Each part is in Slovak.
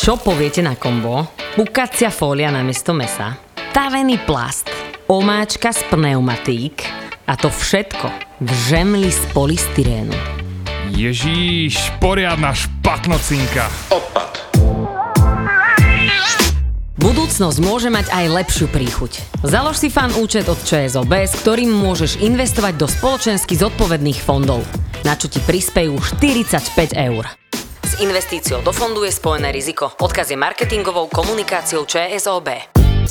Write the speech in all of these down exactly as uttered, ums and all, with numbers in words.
Čo poviete na kombo? Pukacia fólia namiesto mesa, tavený plast, omáčka z pneumatík a to všetko v žemli z polystyrénu. Ježíš, poriadna špatnocinka. Odpad. Budúcnosť môže mať aj lepšiu príchuť. Založ si fan účet od ČSOB, s ktorým môžeš investovať do spoločensky zodpovedných fondov, na čo ti prispejú štyridsaťpäť eur. S investíciou do fondu je spojené riziko. Odkaz je marketingovou komunikáciou ČSOB.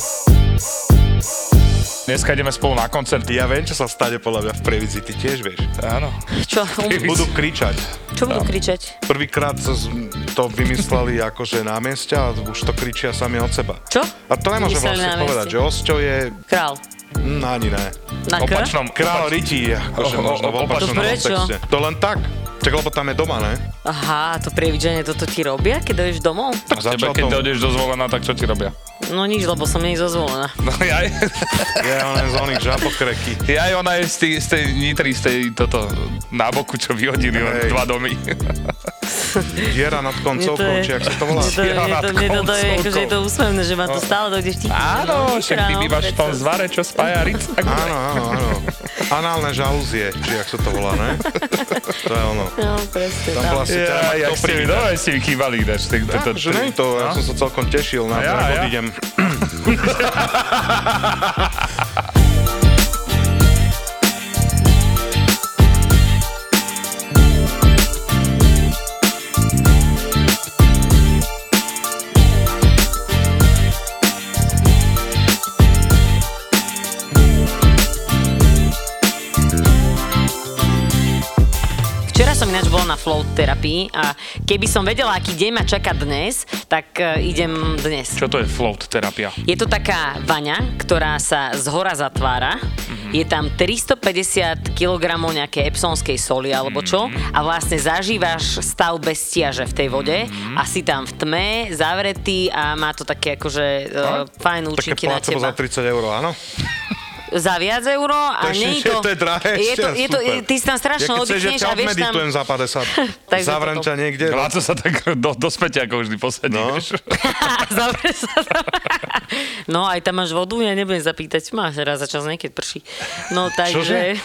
Dneska ideme spolu na koncert. Ja viem, čo sa stane podľa mňa v Prievidzi, ty tiež vieš. Áno. Čo? Budú kričať. Čo budú kričať? Prvýkrát to vymysleli akože na mieste a už to kričia sami od seba. Čo? A to nemôžem Vymysleli vlastne na povedať, mieste? že Osťo je... Král. Mm, ani ne. Na K? Opačnom. Král rytí, akože O- o- možno v o- opačnom To prečo? kontexte. To len tak. Čak, lebo tam je doma, ne? Aha, to prievidženie, toto ti robia, keď dojdeš domov? A tebe, keď dojdeš do zvolená, tak čo ti robia? No nič, lebo som nie zozvolená. No ja... Je on z oných žabokreky. Ja aj ona je z tej, z tej Nitry, z tej toto, na boku, čo vyhodili len Hej. dva domy. Diera nad koncovkou, či jak sa to volá. Mne to, mne to, mne to, to je, koncovkou. akože je to úsmevné, že ma to stále dojde vtipne. Áno, však ty bývaš v tom zvare, čo spája Ricak. Áno, áno, áno. Análne žalúzie, či jak sa to volá, ne? To je ono. No, presne. Tam Tam. bola si Ja, teda jak to ste mi, privítať. dobre ste mi chýbali, ináč. Ja, že nie to, ja som sa celkom tešil na to, Ja, ako ja. idem. Včera som ináč bola na float terapii a keby som vedela, aký deň ma čaká dnes, tak uh, idem dnes. Čo to je float terapia? Je to taká vaňa, ktorá sa zhora zatvára. Mm-hmm. Je tam tristopäťdesiat kilogramov nejakej epsonskej soli alebo čo a vlastne zažívaš stav bezstiaže v tej vode a si tam v tme, zavretý a má to také akože uh, fajn Také účinky na placebo teba. za tridsať eur, áno? Za viac euro a To nie ešte- to je drahé, je to, ešte je to, super. ty si tam strašne Ja keď chceš, že oddychneš ťa a vieš tam... odmeditujem za päťdesiat. Takže Zavrem toto. ťa niekde. Láco sa tak do, do späťa, ako vždy posadí, No. vieš. Zavre sa tam. No aj tam máš vodu, ja nebudem zapýtať, máš raz za čas niekedy prší. No takže...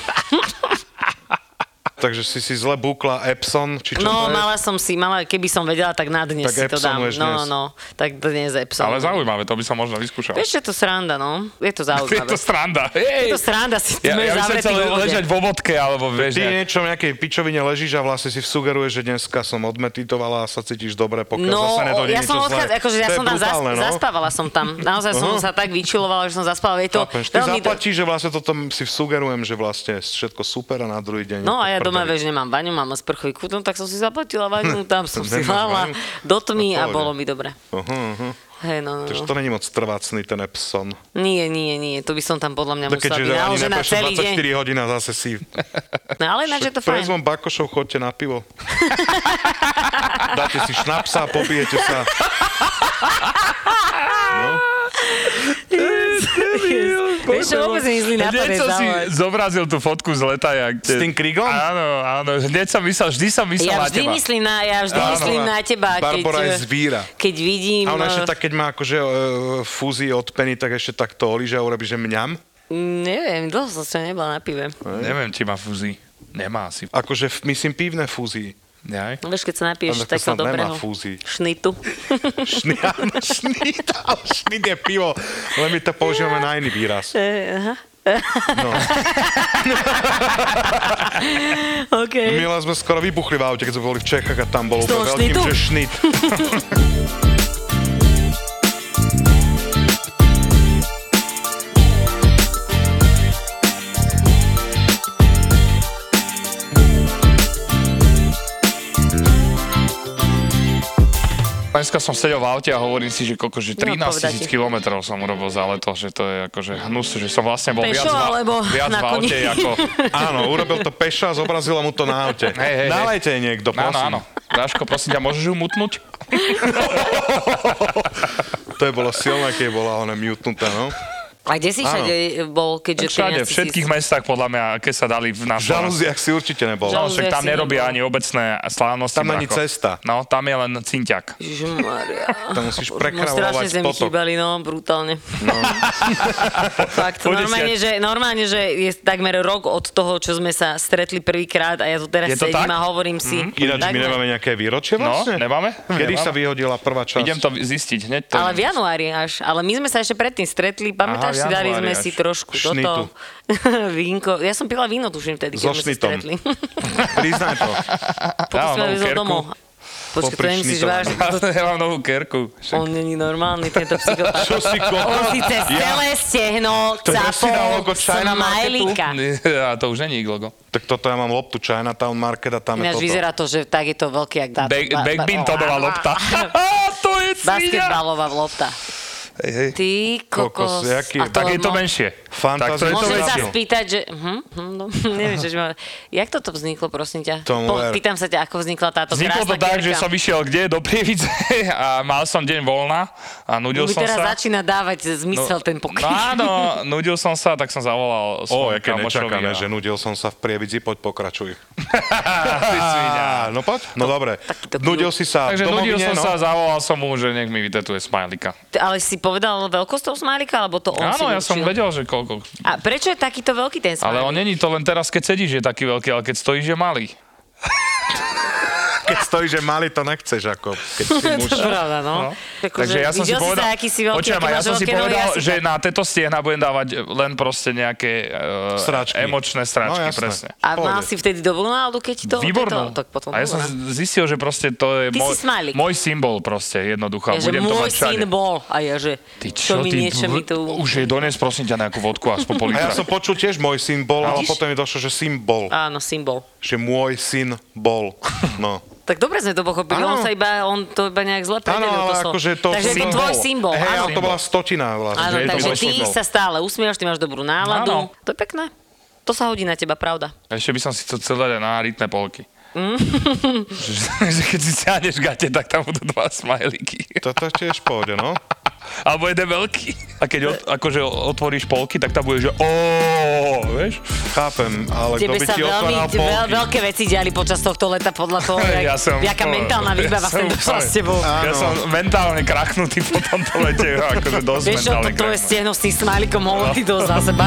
Takže si si zle búkla Epson, či čo No to je? mala som si, mala, keby som vedela, tak na dnes Tak si to dám. Epsonuješ No, no, dnes. no, tak dnes Epson. Ale zaujímavé, to by som možno vyskúšal. Vieš, je to sranda, no. Je to Je zaujímavé. to sranda. Je Hej. to sranda, si Ja, ja by som zavretý chcel vo vode. ležať vo vodke, alebo vieš, Ty nejak- niečo v nejakej pičovine ležíš a vlastne si sugeruješ, že dneska som odmeditovala a sa cítiš dobre, pokiaľ No, zase nedojde ja niečo som zlé. odchádzala, akože ja To je som tam zas, brutálne, no. zaspávala som tam. Naozaj som Aha. sa tak vyčilovala, že som zaspávala. Je to Chápem, že ty veľmi... zaplatíš, že vlastne toto si sugerujem, že vlastne všetko super a na druhý deň... No a ja prdeli. doma, vieš, nemám baňu, mám sprchový kút, no tak som si zaplatila vaňu, tam som si Nemáš mala vaňu? do tmy a No, pohode. bolo mi dobre. Uh-huh, uh-huh. Hej, no, no, Takže no. to není moc trvácný, ten Epson. Nie, nie, nie, to by som tam podľa mňa Tak musela keďže byť ani naložená neprešlo celý deň. dvadsaťštyri hodín a zase si... No ale ináč je to fajn. Prezvom Bakošov, chodte na pivo. Dáte si šnapsa a popijete sa. No. Vieš, čo vôbec mi zlý nápad Hneď je som si zavolať. zobrazil tú fotku z leta. Jak S tým Krigom? Áno, áno. Hneď som myslel, vždy som myslel Ja na vždy teba. myslím na, ja vždy Áno, myslím a na teba, Barbora je keď, zvíra. keď vidím... A ona eh, ešte tak, keď má akože uh, fúzii od peny, tak ešte tak to olíže a urobí, že mňam. Neviem, dlho som sa nebola na pive. Neviem, či má fúzi. Nemá asi. Akože f- myslím pívne fúzii. Jaj. No vieš, keď sa napiješ Ale to takého snad nemá dobrého fúzii. šnitu. Šnit, šnit, ale šnit je pivo. Len my to používame na iný výraz. Eh, Aha. No. OK. My len sme skoro vybuchli v aute, keď sme boli v Čechách a tam bolo Z toho úplne veľkým, šnitu? že šnit. Dneska som sedel v aute a hovorím si, že koľko, že trinásť tisíc povedať. kilometrov som urobil za leto, že to je akože hnus, že som vlastne bol Pešo, viac, v- alebo viac na v aute, koni? ako... Áno, urobil to pešo a zobrazila mu to na aute. Hej, hej, hej. Nalejte jej niekto, Áno, prosím. áno. Dáško, prosím ťa, môžeš ju mutnúť? To je bolo silné, keď bola ona mutnutá, no. A kde si všade bol, keďže Všade, v trinásť všetkých tisíc? mestách, podľa mňa, aké sa dali v V nás. žalúziach si určite nebol. No, Žalúziach však tam si nerobia nebol. ani obecné slávnosti. Tam ani bracho. cesta. No, tam je len cinťak. Ježišmaria. Tam musíš Strašne prekravovať sa mi potok. chýbali, no, brutálne. No. Fakt, Po normálne že, normálne, že je takmer rok od toho, čo sme sa stretli prvýkrát a ja tu teraz Je to sedím tak? a hovorím si. Ináč my takmer. nemáme nejaké výročie No, vlastne? nemáme? Kedy Nemáme. sa vyhodila prvá časť? Idem to zistiť hneď. To... Ale v januári až. Ale my sme sa ešte predtým stretli. Pamätáš Aha, v si, dali januári sme až. si trošku Šnitu. toto. Vínko. Ja som pila víno, tuším, vtedy, So keď sme sa šnitom. stretli. Priznaj to. Potom mám sme novú vezol kerku. domov. Počkaj, to Popri nemyslíš šnitovaní. vážne. Ja mám novú kerku. Však. On není normálny, tento psychopat. Čo si ko... On si cez celé stehno To je si dal logo capol China Marketu? smajlíka. A to už není ich logo. Tak toto ja mám loptu Chinatown Market a tam je Ináč toto. vyzerá to, že tak je to veľký, jak dá. Back- Backbintonová lopta. To je svinia. Basketbalová lopta. Hej, hej. Ty kokos. Kokos, jaký je- A to Tak je to mo- menšie. Fantázia. Tak to je to Môžem sa menšie. spýtať, že... Hm, hm, no, neviem, že ma... Jak toto vzniklo, prosím ťa? Tomu Po, ver. pýtam sa ťa, ako vznikla táto Vzniklo to krásna tak, že kerka. som išiel kde? Do Prievidze a mal som deň voľna a nudil Mi som teraz sa. začína dávať zmysel ten No pokrik. áno, nudil som sa, tak som zavolal Ó, svojmu aké kamošovi. nečakané, a- že nudil som sa v Prievidzi, poď pokračuj. Ty svinia. Á, no poď, no dobre. takýto Nudil si sa v Takže nudil domovine, som no? sa, zavolal som mu, že nech mi vytetuje smajlika. Ale si povedal veľkosť toho smajlika, alebo to on si Áno, ja som určil? vedel, že koľko. A prečo je takýto veľký ten smajlik? Ale on není to len teraz, keď sedíš, je taký veľký, ale keď stojíš, je malý. Keď stojí, že mali, to nechceš, ako keď si muž. To je pravda, no. No. Akože Takže ja som si videl povedal, sa, aký si veľký, počujem, aký ja máš som si veľké nohy, povedal, asi že tak. na tieto stiehna budem dávať len proste nejaké uh, Sračky. emočné No, stráčky, jasné. presne. A Pohode. mal si vtedy dobrú náladu, keď ti to... Výbornú. To, tak potom a ja som dobrá. zistil, že proste to je Ty môj, si smajlik. môj symbol proste, jednoducho. Ja, že Budem to môj mať všade. syn bol. A ja, že Ty čo, čo, mi ty, niečo mi tu... už je dones, prosím ťa, nejakú vodku, aspoň pol A ja litra. som počul tiež môj syn bol, ale Vidíš? potom mi došlo, že syn bol. Áno, symbol. Že môj syn bol. No. Tak dobre sme to pochopili, Áno. on sa iba, on to iba nejak zle Áno, prevedel. ale to som. akože to Takže je to symbol. tvoj symbol, Hej, áno. ale to bola stotina vlastne. Áno, že je to takže môj ty symbol. sa stále usmievaš, ty máš dobrú náladu. Áno. To je pekné. To sa hodí na teba, pravda. Ešte by som si to chcel dať aj na rytné polky. Mm. že, že keď si stiahneš gate, tak tam budú dva smajlíky. Toto je tiež v pohode, no. Alebo jeden veľký. A keď od, akože otvoríš polky, tak tam bude, že ooo, vieš? Chápem, ale kto Tebe by sa ti veľmi, otváral veľ, polky? veľké veci diali počas tohto leta podľa toho, jak, Ja som- jaká mentálna výbava ja sem som došla úplne- s tebou. Ja Áno. som mentálne krachnutý po tomto lete, akože dosť Vieš čo, to mentálne tvoje krachnutý. stiehno s tým smajlikom hovorí ty dosť na seba.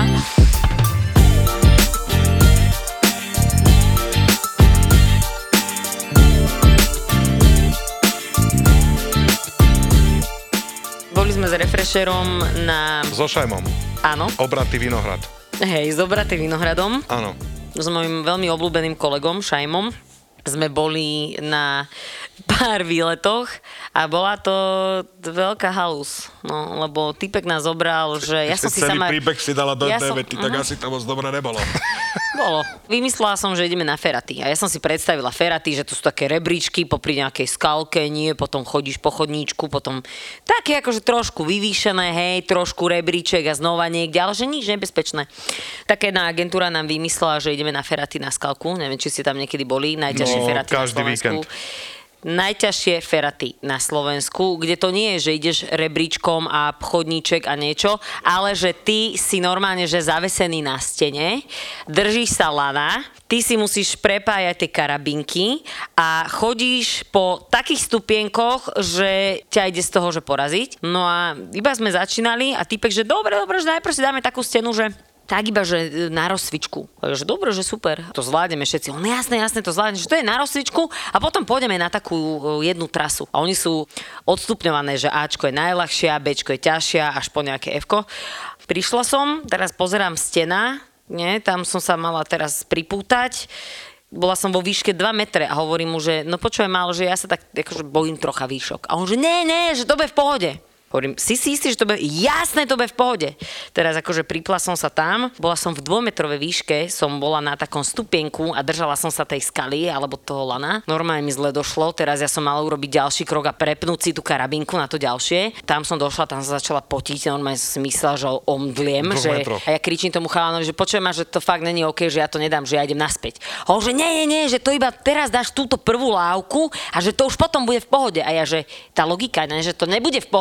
Boli sme s refresherom na... So šajmom. Áno, Obratý vinohrad. hej, s Obratým Vinohradom. Áno. S mojím veľmi obľúbeným kolegom Šajmom sme boli na pár výletoch a bola to veľká halus, no, lebo typek nás zobral, že ja som si Celý sama... príbeh si dala do Ja jednej som- vety, tak mhm. asi to moc dobre nebolo. Bolo. Vymyslela som, že ideme na feraty. A ja som si predstavila feraty, že to sú také rebríčky popri nejakej skalke, nie, potom chodíš po chodníčku, potom také akože trošku vyvýšené, hej, trošku rebríček a znova niekde, ale že nič nebezpečné. Taká jedna agentúra nám vymyslela, že ideme na feraty na skalku. Neviem, či ste tam niekedy boli. Najťažšie No, feraty na každý Slovensku. víkend. Najťažšie feraty na Slovensku, kde to nie je, že ideš rebríčkom a chodníček a niečo, ale že ty si normálne, že zavesený na stene, držíš sa lana, ty si musíš prepájať tie karabinky a chodíš po takých stupienkoch, že ťa ide z toho, že poraziť. No a iba sme začínali a typek, že dobre, dobre, že najprv si dáme takú stenu, že tak iba, že na rozcvičku. A že dobre, že super. To zvládneme všetci. On jasné, jasné, to zvládneme, že to je na rozcvičku a potom pôjdeme na takú uh, jednu trasu. A oni sú odstupňované, že Ačko je najľahšia, Bčko je ťažšia, až po nejaké Fko. Prišla som, teraz pozerám stena, nie, tam som sa mala teraz pripútať. Bola som vo výške dva metre a hovorím mu, že no počujem málo, že ja sa tak akože bojím trocha výšok. A on že ne, ne, že to bude v pohode. Hovorím, si si istý, že to bude, jasné, to bude v pohode. Teraz akože pripla som sa tam, bola som v dvojmetrovej výške, som bola na takom stupienku a držala som sa tej skaly alebo toho lana. Normálne mi zle došlo, teraz ja som mala urobiť ďalší krok a prepnúť si tú karabinku na to ďalšie. Tam som došla, tam som začala potiť, normálne som si myslela, že omdliem, Dvoch že... metroch. A ja kričím tomu chalanovi, že počujem ma, že to fakt není OK, že ja to nedám, že ja idem naspäť. A on, že nie, nie, nie, že to iba teraz dáš túto prvú lávku a že to už potom bude v pohode. A ja, že tá logika, ne, že to nebude v pohode, keď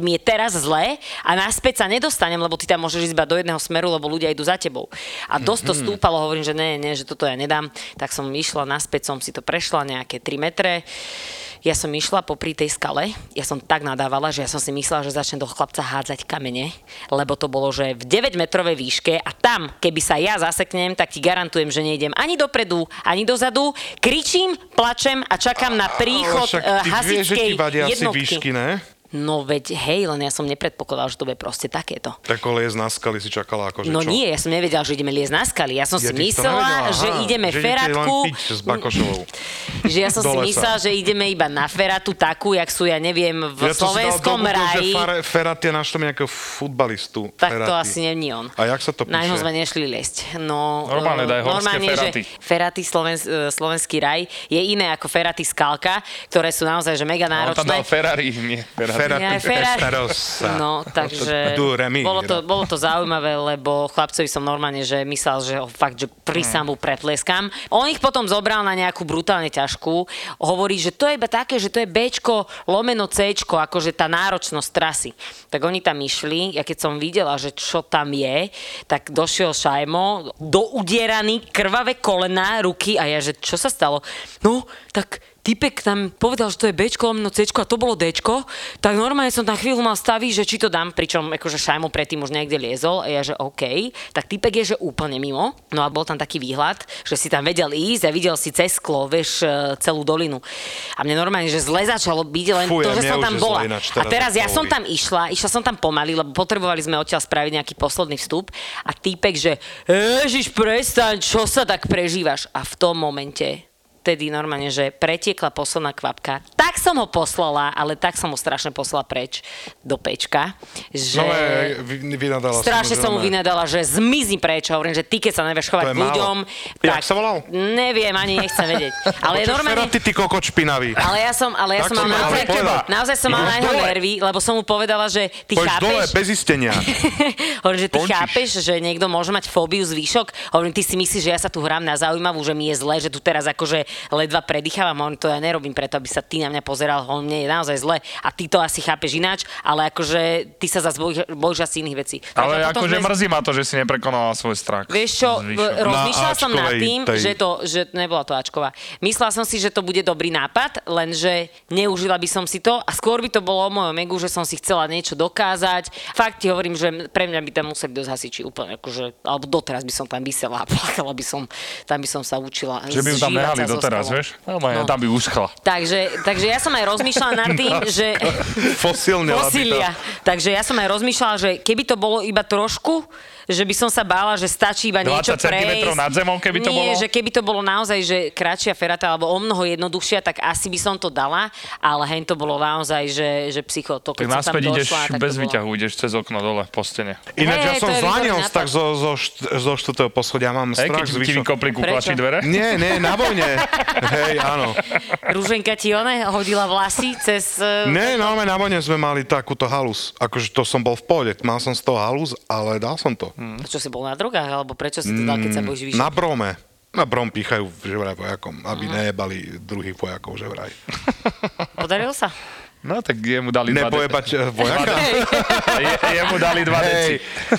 mi je teraz zle a naspäť sa nedostanem, lebo ty tam môžeš ísť iba do jedného smeru, lebo ľudia idú za tebou. A dosť to stúpalo, hovorím, že ne, ne, že toto ja nedám. Tak som išla, naspäť som si to prešla nejaké tri metre. Ja som išla popri tej skale, ja som tak nadávala, že ja som si myslela, že začnem do chlapca hádzať kamene, lebo to bolo, že v deväťmetrovej výške a tam, keby sa ja zaseknem, tak ti garantujem, že nejdem ani dopredu, ani dozadu. Kričím, plačem a čakám na príchod uh, hasičskej jednotky. Výšky, ne? No veď, hej, len ja som nepredpokladala, že to bude proste takéto. Tak liez na skaly si čakala akože No čo? nie, ja som nevedela, že ideme liezť na skaly. Ja som Ja si ty si to myslela, nevedela, že aha, ideme že idete feratku. len piť s Bakošovou. Že ja som Do si lesa. myslela, že ideme iba na feratu takú, jak sú, ja neviem, v Ja to si dal slovenskom do Google, raji. že fare, Ferat je naštom nejakého futbalistu. Tak to Ferati. asi není on. A jak sa to píše? Na ňo sme nešli liesť. No, Normálne daj horské normálne, feraty. Že feraty Slovens- slovenský raj je iné ako feraty skalka, ktoré sú naozaj že mega On tam náročné. dal Ferrari, nie Ferrari. Ferati Ja, Ferrari. Testarossa. No, takže Du Remy. bolo to, bolo to zaujímavé, lebo chlapcovi som normálne, že myslel, že ho fakt, že prísam mu pretlieskam. On ich potom zobral na nejakú brutálne ťažkú. Hovorí, že to je iba také, že to je Bčko lomeno Cčko, akože tá náročnosť trasy. Tak oni tam išli, ja keď som videla, že čo tam je, tak došiel Šajmo, doudieraný, krvavé kolená, ruky a ja, že čo sa stalo? No, tak typek tam povedal, že to je Bčko, lomeno Cčko a to bolo Dčko, tak normálne som tam chvíľu mal stavy, že či to dám, pričom akože Šajmo predtým už niekde liezol a ja, že OK, tak typek je, že úplne mimo, no a bol tam taký výhľad, že si tam vedel ísť a videl si cez sklo, vieš, celú dolinu. A mne normálne, že zle začalo byť, len Fuj, to, a že mne som už tam je bola. zle ináč, A teraz teraz ma ja to som bolí. tam išla, išla som tam pomaly, lebo potrebovali sme odtiaľ spraviť nejaký posledný vstup a týpek, že Ježiš, prestaň, čo sa tak prežívaš? A v tom momente vtedy normálne, že pretiekla posledná kvapka. Tak som ho poslala, ale tak som ho strašne poslala preč do pečka, že... No, ale vy, vynadala strašne som mu že vynadala, že zmizni preč. Hovorím, že ty, keď sa nevieš chovať To je k ľuďom... málo. Jak sa volal? Neviem, ani nechcem vedieť. Ale Počuť, normálne... Ferati, ty kokot špinavý. Ale ja som, ale ja Tak som som mal mal naozaj, povedať. naozaj som mal Ideš na jeho dole. nervy, lebo som mu povedala, že ty Poď dole, chápeš... bez istenia. Hovorím, že ty Končíš. chápeš, že niekto môže mať fóbiu z výšok. Hovorím, ty si myslíš, že ja sa tu hrám na zaujímavú, že mi je zle, že tu teraz akože ledva predýchávam. Hovorím, to ja nerobím preto, aby sa ty na mňa pozeral. Hovorím, mne je naozaj zle. A ty to asi chápeš ináč, ale akože ty sa zase bojíš, bojíš asi iných vecí. Ale Takže potom akože sme- mrzí ma to, že si neprekonala svoj strach. Vieš čo, z v- výšok. rozmýšľala Na som nad Ačkovej tým, tej- že to, že nebola to Ačková. Myslela som si, že to bude dobrý nápad, lenže neužila by som si to a skôr by to bolo o mojom egu, že som si chcela niečo dokázať. Fakt ti hovorím, že pre mňa by tam museli dosť hasiči úplne, akože, alebo doteraz by som tam vysela a plakala by som, tam by som sa učila. Že by ju tam zžívať nehali sa so doteraz, skalou. vieš? No, no. Tam by uškla. Takže, takže ja som aj rozmýšľala nad tým, že... Fosilnila by to. Fosília. Takže ja som aj rozmýšľala, že keby to bolo iba trošku, že by som sa bála, že stačí iba niečo dvadsať centimetrov prejsť. nad zemou, keby to Nie, bolo? že keby to bolo naozaj, že kratšia ferata, alebo o mnoho jednoduchšia, tak asi by som to dala, ale hen to bolo naozaj, že, že psycho, to Tak keď som tam naspäť ideš došla, tak bez to bolo... výťahu, ideš cez okno dole po stene. Ináč Hej, ja to som je zlanil výborný tak zo, zo, št- zo štvrtého poschodia, mám Hej, strach keď z ti výšok. vykopli kuklači Prečo? dvere? Nie, nie, na vojne. Hej, áno. Rúženka ti one hodila vlasy cez... eh, Nie, no ale na vojne sme mali takúto halus. Akože to som bol v pohode, mal som z toho halus, ale dal som to. Čo si bol na drogách, alebo prečo si to dal, keď sa bojíš vyššie? Na brome. Na brom píchajú že vraj vojakom, aby nejebali druhých vojakov, že vraj. Podarilo sa? No tak jemu dali dva... Nepojebať eh, vojaka? Je, jemu dali dva deci. Hej.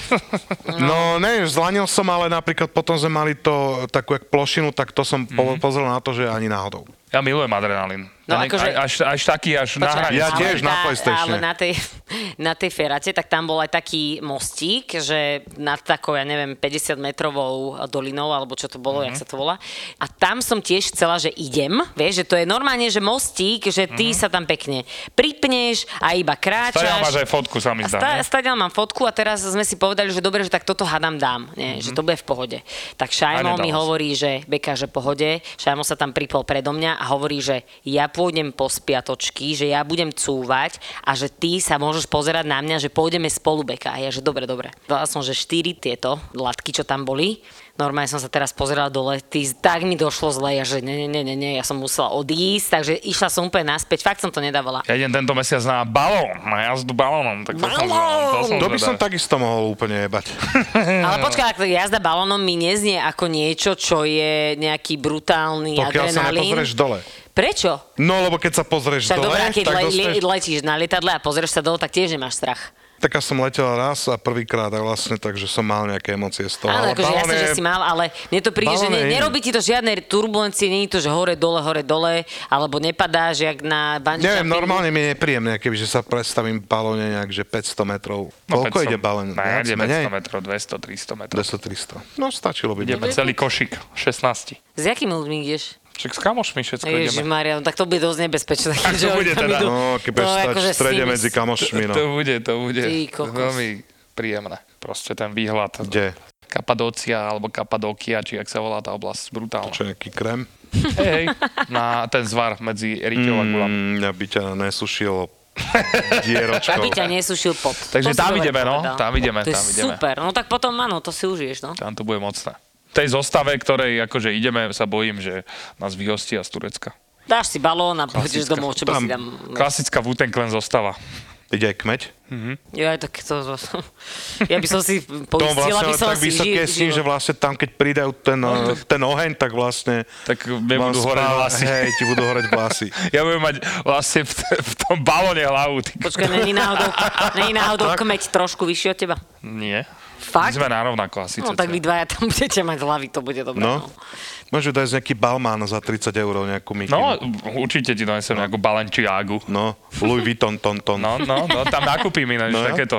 No ne, zlanil som, ale napríklad potom sme mali to takú jak plošinu, tak to som po- pozrel na to, že ani náhodou. Ja milujem adrenalín. No, Ja ne- akože- až, až taký, až na Počkaj, hranici. Ja ale tiež na tá- PlayStatione. Ale na tej, na tej ferate, tak tam bol aj taký mostík, že nad takou, ja neviem, päťdesiatmetrovou dolinou, alebo čo to bolo, mm-hmm. jak sa to volá. A tam som tiež chcela, že idem, vieš, že to je normálne, že mostík, že ty mm-hmm. sa tam pekne pripneš a iba kráčaš. Stadiaľ máš aj fotku, sa mi A zdá. sta- nie? stadiaľ mám fotku a teraz sme si povedali, že dobre, že tak toto hadám dám, nie, mm-hmm. že to bude v pohode. Tak Šajmo A nedalo mi sa. hovorí, že Beka, že pohode. Šajmo sa tam pripol predo mňa a hovorí, že ja pôjdem po spiatočky, že ja budem cúvať a že ty sa môžeš pozerať na mňa, že pôjdeme spolu, Beka. A ja, že dobre, dobre. Dala som, že štyri tieto latky, čo tam boli. Normálne som sa teraz pozerala dole, ty, tak mi došlo zle, ja, že ne, ne, ne, ne, ne, ja som musela odísť, takže išla som úplne naspäť, fakt som to nedávala. Ja idem tento mesiac na balón, na jazdu balónom. Tak to som, to som To by som zvedavý. takisto mohol úplne jebať. Ale počkaj, ak jazda balónom mi neznie ako niečo, čo je nejaký brutálny Pokiaľ sa adrenalín. nepozrieš dole. Prečo? No, lebo keď sa pozrieš Však dole, dobré, keď tak le, dostaneš... le, letíš na lietadle a pozrieš sa dole, tak tiež nemáš strach. Tak ja som letel raz a prvýkrát a vlastne, takže som mal nejaké emócie z toho. Áno, akože jasne, je... že si mal, ale mne to príde, že ne, nerobí ti to žiadne turbulencie, nie je to, že hore, dole, hore, dole, alebo nepadáš, jak na bungee Neviem, jumpingu. normálne mi je nepríjemné, kebyže sa predstavím v balóne nejak, že päťsto metrov. No, Koľko päťsto ide balón? Ne, Viac, ide menej? päťsto metrov, dvesto, tristo metrov. dvesto tristo. No, stačilo by. Ideme celý košík, šestnásť. S jakými ľuďmi ideš? Však s kamošmi všetko ideme. Ježišmária, no tak to bude dosť nebezpečné. Tak to bude teda. No, keď budeš stať v strede medzi kamošmi, no. To bude, to bude Ty kokos. veľmi príjemné. Proste ten výhľad. Kde? Kapadócia alebo Kapadókia, či jak sa volá tá oblasť, brutálna. Čo, nejaký krém? Hej, hej, na ten zvar medzi Riťou a Gulom. Mm, mňa by ťa nesušilo Aby dieročkou. ťa nesušil pot. Takže To si tam dobre ideme, no. povedal. Tam ideme, To je tam ideme. super, no tak potom áno, to si užiješ, no. Tam to bude mocné. V tej zostave, ktorej akože ideme, sa bojím, že nás vyhostia z Turecka. Dáš si balón a pôjdeš Klasická. domov, čo by Tam- si tam... Klasická Wu-Tang Clan zostava. Ide aj kmeď? Jo, aj tak to... Ja by som si To poistila, by vlastne som tak si vysoké ži- s tým, že život. vlastne tam, keď pridajú ten, eh, ten oheň, tak vlastne... Tak mne budú vám horeť spá- vlasy. Hej, ti budú horeť vlasy. Ja budem mať vlastne v, t- v tom balóne hlavu. Ty. Počkaj, není náhodou, není náhodou kmeď trošku vyšší od teba? Nie. Fakt? My sme narovnako asi. No tak vy dvaja tam budete mať hlavy, to bude dobré. No. No. Môžu dať nejaký balmán za tridsať eur, nejakú mikinu. No, určite ti donesem nejakú Balenciagu. No, Louis Vuitton, ton, ton. No, no, no, tam nakúpim ináč No. takéto.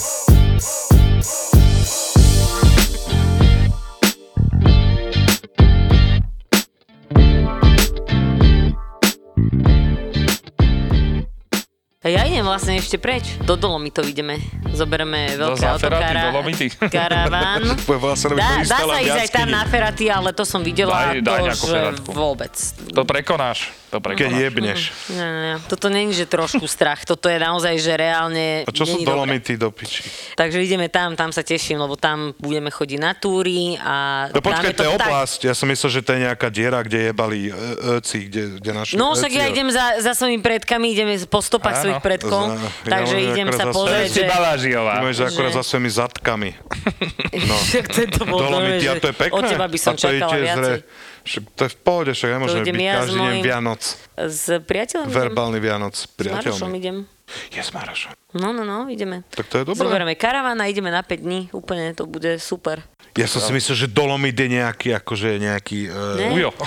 A ja idem vlastne ešte preč. Do Dolomitov ideme. Zobereme Do veľké Zaferaty, autokara. Dolomity. Karaván. Bude vlastne robiť Dá, dá turista sa len ísť viac aj tam kedy. na Feraty, ale to som videla, Daj- daj to, nejakú že Feratku. vôbec. To prekonáš. To Keď prekonáš. jebneš. Nie, nie, nie. Toto není, že trošku strach. Toto je naozaj, že reálne A čo sú není dobré. Dolomity do piči? Takže ideme tam, tam sa teším, lebo tam budeme chodiť na túry a No tam počkaj, to je tak- oblasť. Ja som myslel, že to je nejaká diera, kde jebali e- öci, kde, kde naši No však öci- ja idem za, za svojimi predkami, ideme po stopách Áno. svojich predkov, Za- takže ja môžem idem akorát sa za pozrieť, sebe. Si že... Balážiová. Ty máš akorát že- za svojimi zadkami. No. Však tento bol Dolomity, a že to je pekné. od teba by som a to je čakala tiež viacej. Však to je v pohode, však nemôžeme idem byť ja s každý deň mojím- Vianoc. S priateľom idem? Verbálny Vianoc. S Marošom Priateľmi. idem. Je s Marošom. No, no, no, ideme. Tak to je dobré. Zoberieme karaván a ideme na päť dní, úplne to bude super. Ja som si myslel, že Dolomit je nejaký, akože nejaký... Ne? Uh, Ujo.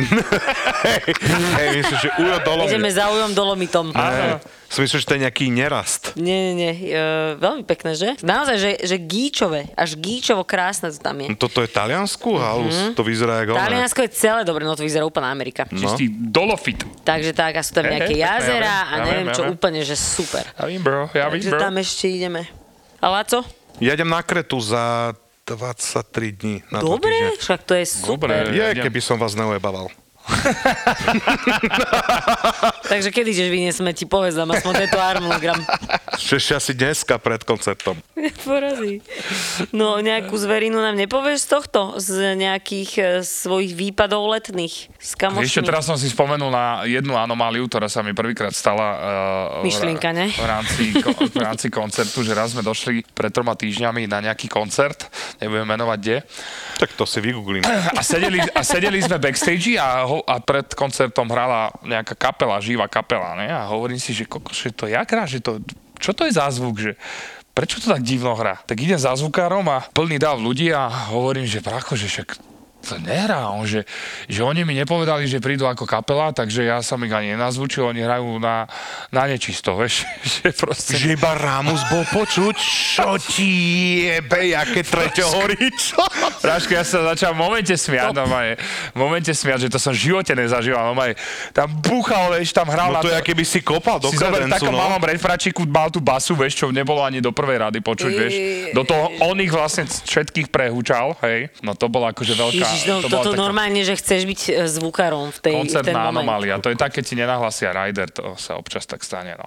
hej, myslím, že Ujo Dolomit. Ideme za ujom Dolomitom. Ne, som myslel, že to je nejaký nerast. Nie, nie, nie, e, veľmi pekné, že? Naozaj, že, že gíčové, až gíčovo krásne to tam je. No toto je Taliansku halus, to vyzerá ako... Taliansko je celé dobre, no to vyzerá úplná Amerika. Čistý dolofit. Takže tak, a sú tam Hej, nejaké hej, pekné, jazera ja a viem, ja neviem viem, čo, ja viem. úplne, že super. Ja vím, bro, ja vím, Takže bro. tam ešte ideme. A Laco? Ja idem na Kretu za dvadsaťtri dní. Na dva Dobre, týždne. však to je super. Dobre. Je, idem. keby som vás neujebával. Takže kedy ideš vyniesme ti, povedz nám aspoň tento harmonogram. Ešte asi dneska pred koncertom. Porazí. No, nejakú zverinu nám nepovieš z tohto? Z nejakých e, svojich výpadov letných s kamošmi? Ešte teraz som si spomenul na jednu anomáliu, ktorá sa mi prvýkrát stala uh, Myšlienka, ne? v, rámci, ko, v rámci koncertu, že raz sme došli pred troma týždňami na nejaký koncert, nebudem menovať kde, Tak to si vygooglím. a sedeli, a sedeli sme backstage a, ho, a pred koncertom hrala nejaká kapela, živá kapela, ne? A hovorím si, že koko, že to jak hrá, že to, čo to je za zvuk, že prečo to tak divno hrá? Tak idem za zvukárom a plný dáv ľudí a hovorím, že bracho, že však to nehrá on, že, že oni mi nepovedali, že prídu ako kapela, takže ja som ich ani nenazvučil, oni hrajú na, na nečisto, vieš, že proste... Že iba Rámus bol počuť, čo ti jebe, jaké treťo horí, čo? Práško, ja sa začal v momente smiať, no maje, v momente smiať, že to som v živote nezažíval, no maje, tam búchal, vieš, tam hral No na to je, keby si kopal do si zober, v kredencu, takom no. malom redfračíku mal tú basu, vieš, čo nebolo ani do prvej rady počuť, vieš. Do toho on ich vlastne všetkých prehúčal, hej. No to bola akože veľká... Ježiš, no, to bola toto taká normálne, že chceš byť e, zvukárom v tej v ten koncertná moment. anomália. To je tak, keď ti nenahlasia rider, to sa občas tak stane, no.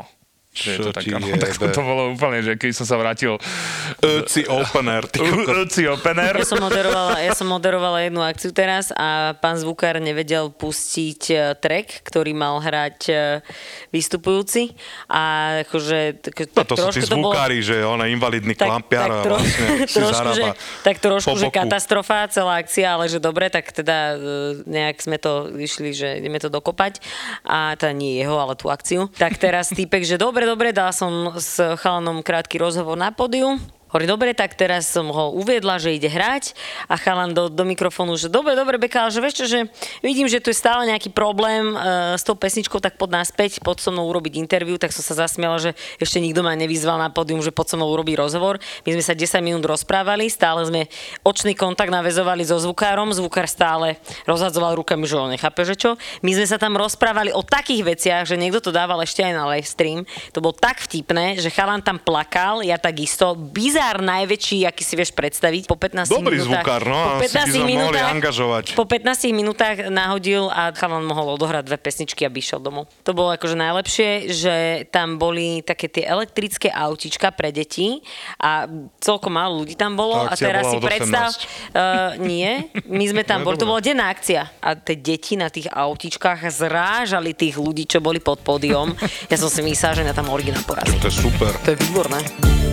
Že je to Čo tak, ti áno, jebe? tak to bolo úplne, že keď som sa vrátil Öci Opener, ty kokos. Öci Opener. Ja som moderovala, ja som moderovala jednu akciu teraz a pán zvukár nevedel pustiť eh, track, ktorý mal hrať eh, vystupujúci a akože tak, No to sú tí trošku to bolo- zvukári, že on je invalidný klampiar a tro- vlastne si trošku, že, zarába tak trošku, po že boku. katastrofa celá akcia, ale že dobre, tak teda e, nejak sme to vyšli, že ideme to dokopať a teda nie jeho, ale tú akciu. Tak teraz týpek, že dobre, dobre, dala som s chalanom krátky rozhovor na pódiu. Hovorí, dobre, tak teraz som ho uviedla, že ide hrať a chalan do, do mikrofónu, že dobre, dobre, Beka, ale že vieš čo, že vidím, že tu je stále nejaký problém uh, s tou pesničkou, tak poď naspäť, poď so mnou urobiť interview, tak som sa zasmiala, že ešte nikto ma nevyzval na pódium, že poď so mnou urobiť rozhovor. My sme sa desať minút rozprávali, stále sme očný kontakt naväzovali so zvukárom, zvukár stále rozhadzoval rukami, že on nechápe, že čo. My sme sa tam rozprávali o takých veciach, že niekto to dával ešte aj na live stream. To bolo tak vtipné, že chalan tam plakal, ja takisto, bizar najväčší, aký si vieš predstaviť. Po pätnástich Dobrý minútach, zvukár, no, po asi by sme mohli angažovať. Po pätnástich minútach nahodil a chalan mohol odohrať dve pesničky, aby išiel domov. To bolo akože najlepšie, že tam boli také tie elektrické autička pre deti a celkom málo ľudí tam bolo. Tá A akcia teraz bola si od predstav, uh, nie, my sme tam No, boli, to dobre. bola denná akcia a tie deti na tých autičkách zrážali tých ľudí, čo boli pod pódium. Ja som si myslela, že mňa tam originál porazí. To je super. To je výborné.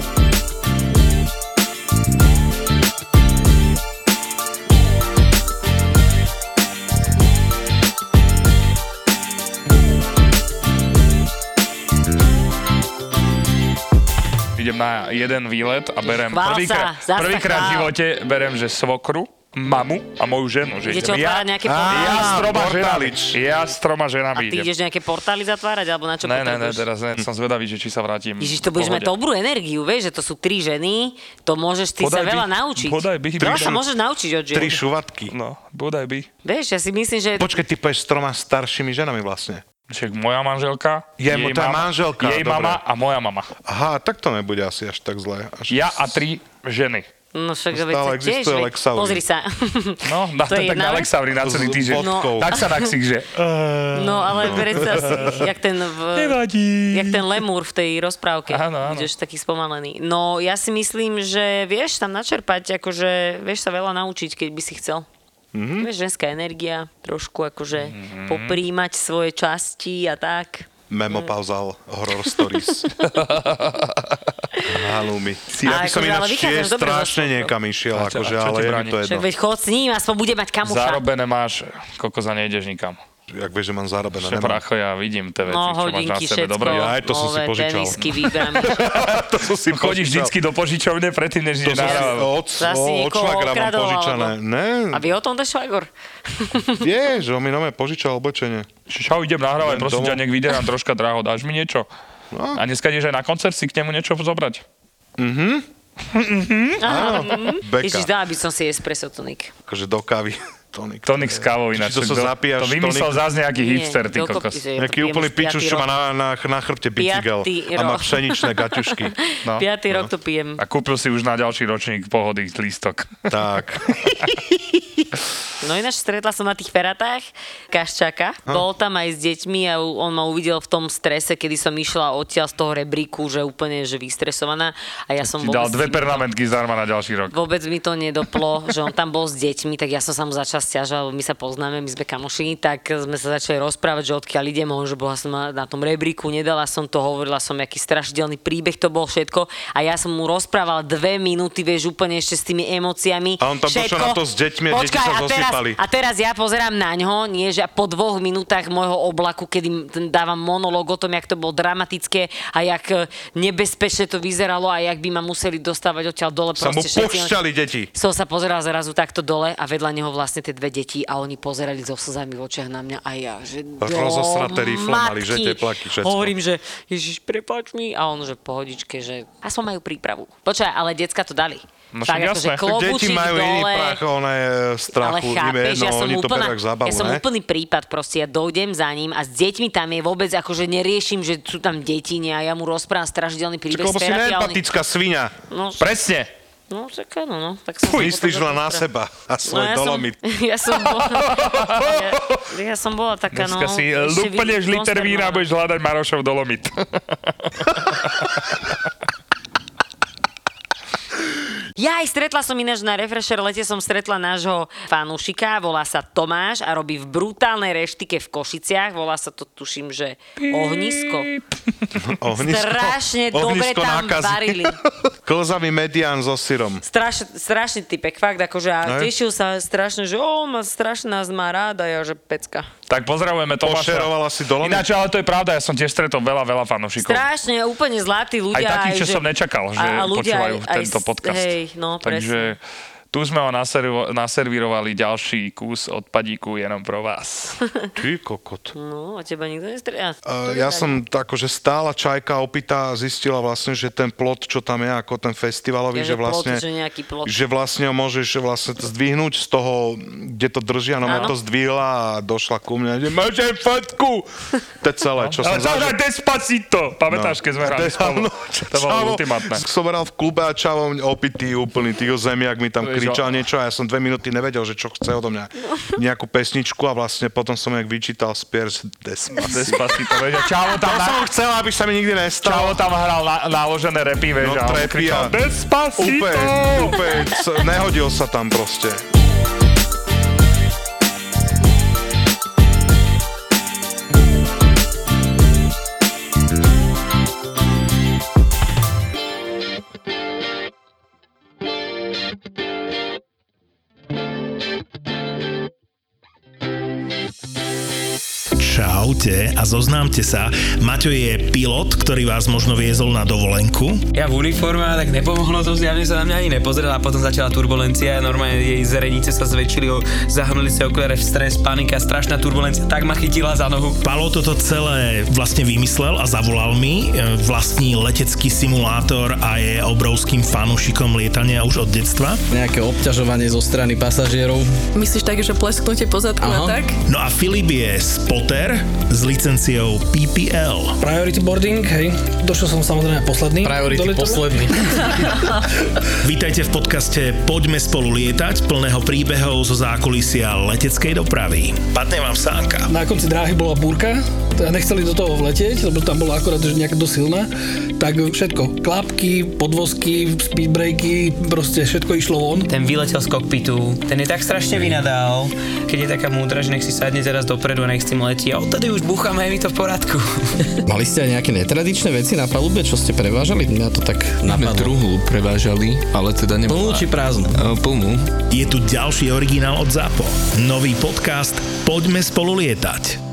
Idem na jeden výlet a berem Chvál sa, prvýkrát zas sa prvýkrát v chvál. živote berem, že svokru, mamu a moju ženu. Že Idete idem ja, otvárať nejaké Á, portály? ja s troma ženami. portálič. Ja s troma ženami A ty idem. ideš nejaké portály zatvárať, alebo na čo Ne, ne, ne, potrebuješ? teraz ne, som zvedavý, že či sa vrátim. Ježiš, to budeš v mať pohode. dobrú energiu, vieš, že to sú tri ženy, to môžeš ty sa Bodaj by- veľa naučiť. bodaj by- Veľa by- sa môžeš naučiť od žien. Tri šuvatky. No, bodaj by. Vieš, ja si myslím, že... Počkaj, ty poješ s troma staršími ženami vlastne. Však moja manželka, Je, jej to je mama, manželka, jej dobre. mama a moja mama. Aha, tak to nebude asi až tak zlé. Až... Ja a tri ženy. No však Stále veď sa tiež, existuje veď, Lexauri. pozri sa. No, na, To to je tak jedna na vec? Lexauri na celý S týždeň. vodkou. Tak sa na ksik, že... No ale predstav si, jak ten, v, Nevadí. jak ten lemúr v tej rozprávke. Áno, áno. Budeš taký spomalený. No ja si myslím, že vieš tam načerpať, akože vieš sa veľa naučiť, keď by si chcel. Mm-hmm. Vieš, ženská energia, trošku akože mm-hmm. popríjmať svoje časti a tak. Memo pauzal Horror Stories. Halúmi. Si, ja A by som akože, ale ináč vychádzam tiež dobre zo strašne šoku. niekam išiel, A čo- akože, a čo ale ti je mi bráni? to Však jedno. veď chod s ním, aspoň bude mať kamoša. Zarobené máš, koľko za nejdeš nikam. Jak vieš, že mám zarobené, Že nemám. pracho, ja vidím tie veci, No, čo máš na hodinky, sebe. všetko, Dobre, ja aj to som si nové požičal. tenisky, výbramy. to som si chodíš požičal. vždycky do požičovne predtým, než To ideš som si nahrávať. od, Zasi od niekoho švagra mám okradol, požičané. alebo- Ne, A vie o tom ten švagor? vieš, on mi nome požičal oblečenie. Čau, idem nahrávať, Idem prosím domov. ťa, nech vyderám troška draho, dáš mi niečo? No. A dneska ideš aj na koncert si k nemu niečo zobrať. Beka, Ježiš, dala by som si espresso tonik. akože do kávy. Tonik. Tonik s kávou ináč. Či to sa zapíjaš To vymyslel tonik? zás nejaký Nie, hipster, ty dokopy, kokos. že ja to Nejaký pijem úplný už pičuš, piatý čo má rok. na, na, na chrbte bicykel Piatý a má rok. pšeničné gaťušky. No. Piatý rok to pijem. A kúpil si už na ďalší ročník pohody lístok. Tak. No ináč stretla som na tých feratách Kaščaka. Bol tam aj s deťmi a u- on ma uvidel v tom strese, kedy som išla odtiaľ z toho rebríku, že úplne že vystresovaná. A ja som Ti dal vôbec dve si mi to- pernamentky zdarma na ďalší rok. Vôbec mi to nedoplo, že on tam bol s deťmi, tak ja som sa mu začala stiažovať, lebo my sa poznáme, my sme kamoši, tak sme sa začali rozprávať, že odkiaľ idem, on, že bola som na, na tom rebríku, nedala som to, hovorila som, aký strašidelný príbeh to bol všetko a ja som mu rozprávala dve minúty, vieš, úplne ešte s tými emóciami. A on tam došiel na to s deťmi a deti Počkaj, sa a teraz, zosypali. a teraz ja pozerám na ňo, nie, že po dvoch minútach môjho oblaku, kedy m- ten dávam monológ o tom, jak to bolo dramatické a jak e, nebezpečne to vyzeralo a jak by ma museli dostávať odtiaľ dole. Sa mu proste všetci- pošťali deti. Som sa pozeral zrazu takto dole a vedľa neho vlastne tie dve deti a oni pozerali so slzami v očiach na mňa a ja, že do Rozosraté rifle mali, že matky. teplaky, všetko. Hovorím, že Ježiš, prepáč mi a on, že pohodičke, že aspoň majú prípravu. Počkaj, ale decka to dali. No tak však akože jasné. Tak Tak deti klobúčik majú iný dole, prach, one ale strachu, im je chápeš, jedno, ja som oni to úplná, berú jak zábavu, ja som ne? úplný prípad, proste ja dojdem za ním a s deťmi tam je vôbec, akože neriešim, že sú tam deti, nie, a ja mu rozprávam strašidelný príbeh Lebo z si terapie a oni- neempatická svinia. No, Presne. No, čak áno, no. Tak som Myslíš len na seba a svoj ja dolomit. Som, ja som bola... ja, ja som bola taká, Dneska no... si luplneš liter vína a budeš hľadať Marošov dolomit. Ja aj stretla som ináč na Refresher lete, som stretla nášho fanúšika, volá sa Tomáš a robí v brutálnej reštike v Košiciach, volá sa to, tuším, že Ohnisko. Ohnisko? Strašne dobre tam nákazy. varili. Klzavý medián so syrom. Strašne, strašný typek, fakt, akože a Aj. tešil sa strašne, že o, ma strašne nás má rád a ja, že pecka. Tak pozdravujeme Tomáša. Pošerovala si dolomit? Ináč, ale to je pravda, ja som tiež stretol veľa, veľa fanúšikov. Strašne, úplne zlatí Aj ľudia. takých, čo že- som nečakal, že a- a ľudia počúvajú aj- aj tento s- podcast. Hej, no, Takže tu sme ho naservo- naservírovali ďalší kus odpadíku jenom pro vás. Ty kokot. No, a teba nikto nestrelia. Uh, ja som akože stála čajka opýta a zistila vlastne, že ten plot, čo tam je, ako ten festivalový, Ja, že že plot, vlastne, že nejaký plot. že vlastne ho môžeš vlastne zdvihnúť z toho, kde to držia, no ma Áno. to zdvihla a došla ku mne, že môžem fotku! To je celé, čo som Ale zahraj zažil. Despacito! Pamätáš, keď sme hrali spolu? To bolo Čavo, ultimátne. Som hral v klube a Čavo opitý úplný, týho zemiak mi tam Vieš, kričal niečo a ja som dve minúty nevedel, že čo chce odo mňa. Nejakú pesničku a vlastne potom som jak vyčítal spier z Despacito. Despacito, vieš, a Čavo tam, To na... som chcel, aby sa mi nikdy Čavo nestalo. tam hral na, náložené repy, vieš, No, a on trepy kričal a- Despacito! Úplne, úplne, c- nehodil sa tam proste. Čaute a zoznámte sa, Maťo je pilot, ktorý vás možno viezol na dovolenku. Ja v uniforme, a tak nepomohlo to, zjavne sa na mňa ani nepozrela a potom začala turbulencia, normálne jej zrenice sa zväčšili, zahrnuli sa okuliare v stres, panika, strašná turbulencia, tak ma chytila za nohu. Palo toto celé vlastne vymyslel a zavolal mi, vlastní letecký simulátor a je obrovským fanúšikom lietania už od detstva. Nejaké obťažovanie zo strany pasažierov. Myslíš tak, že plesknutie po zadku a tak? No a Filip je spotter s licenciou pé pé el. Priority boarding, hej. Došiel som samozrejme posledný. Priority do lietadla. posledný. Vítajte v podcaste Poďme spolu lietať, plného príbehov zo zákulisia leteckej dopravy. Padne vám sánka. Na konci dráhy bola búrka, teda nechceli do toho vletieť, lebo tam bola akorát že nejaká dosilná. Tak všetko, klapky, podvozky, speedbreaky, proste všetko išlo von. Ten vyletel z kokpitu, ten je tak strašne vynadal, keď je taká múdra, že nech si sadne teraz dopredu a nech s tým letí a odtedy už búchame, je mi to v poriadku. Mali ste aj nejaké netradičné veci na palube, čo ste prevážali? Mňa to tak Sme napadlo. druhú prevážali, ale teda Plnú nebola... či prázdnu? E, Plnú. Je tu ďalší originál od ZAPO. Nový podcast Poďme spolu lietať.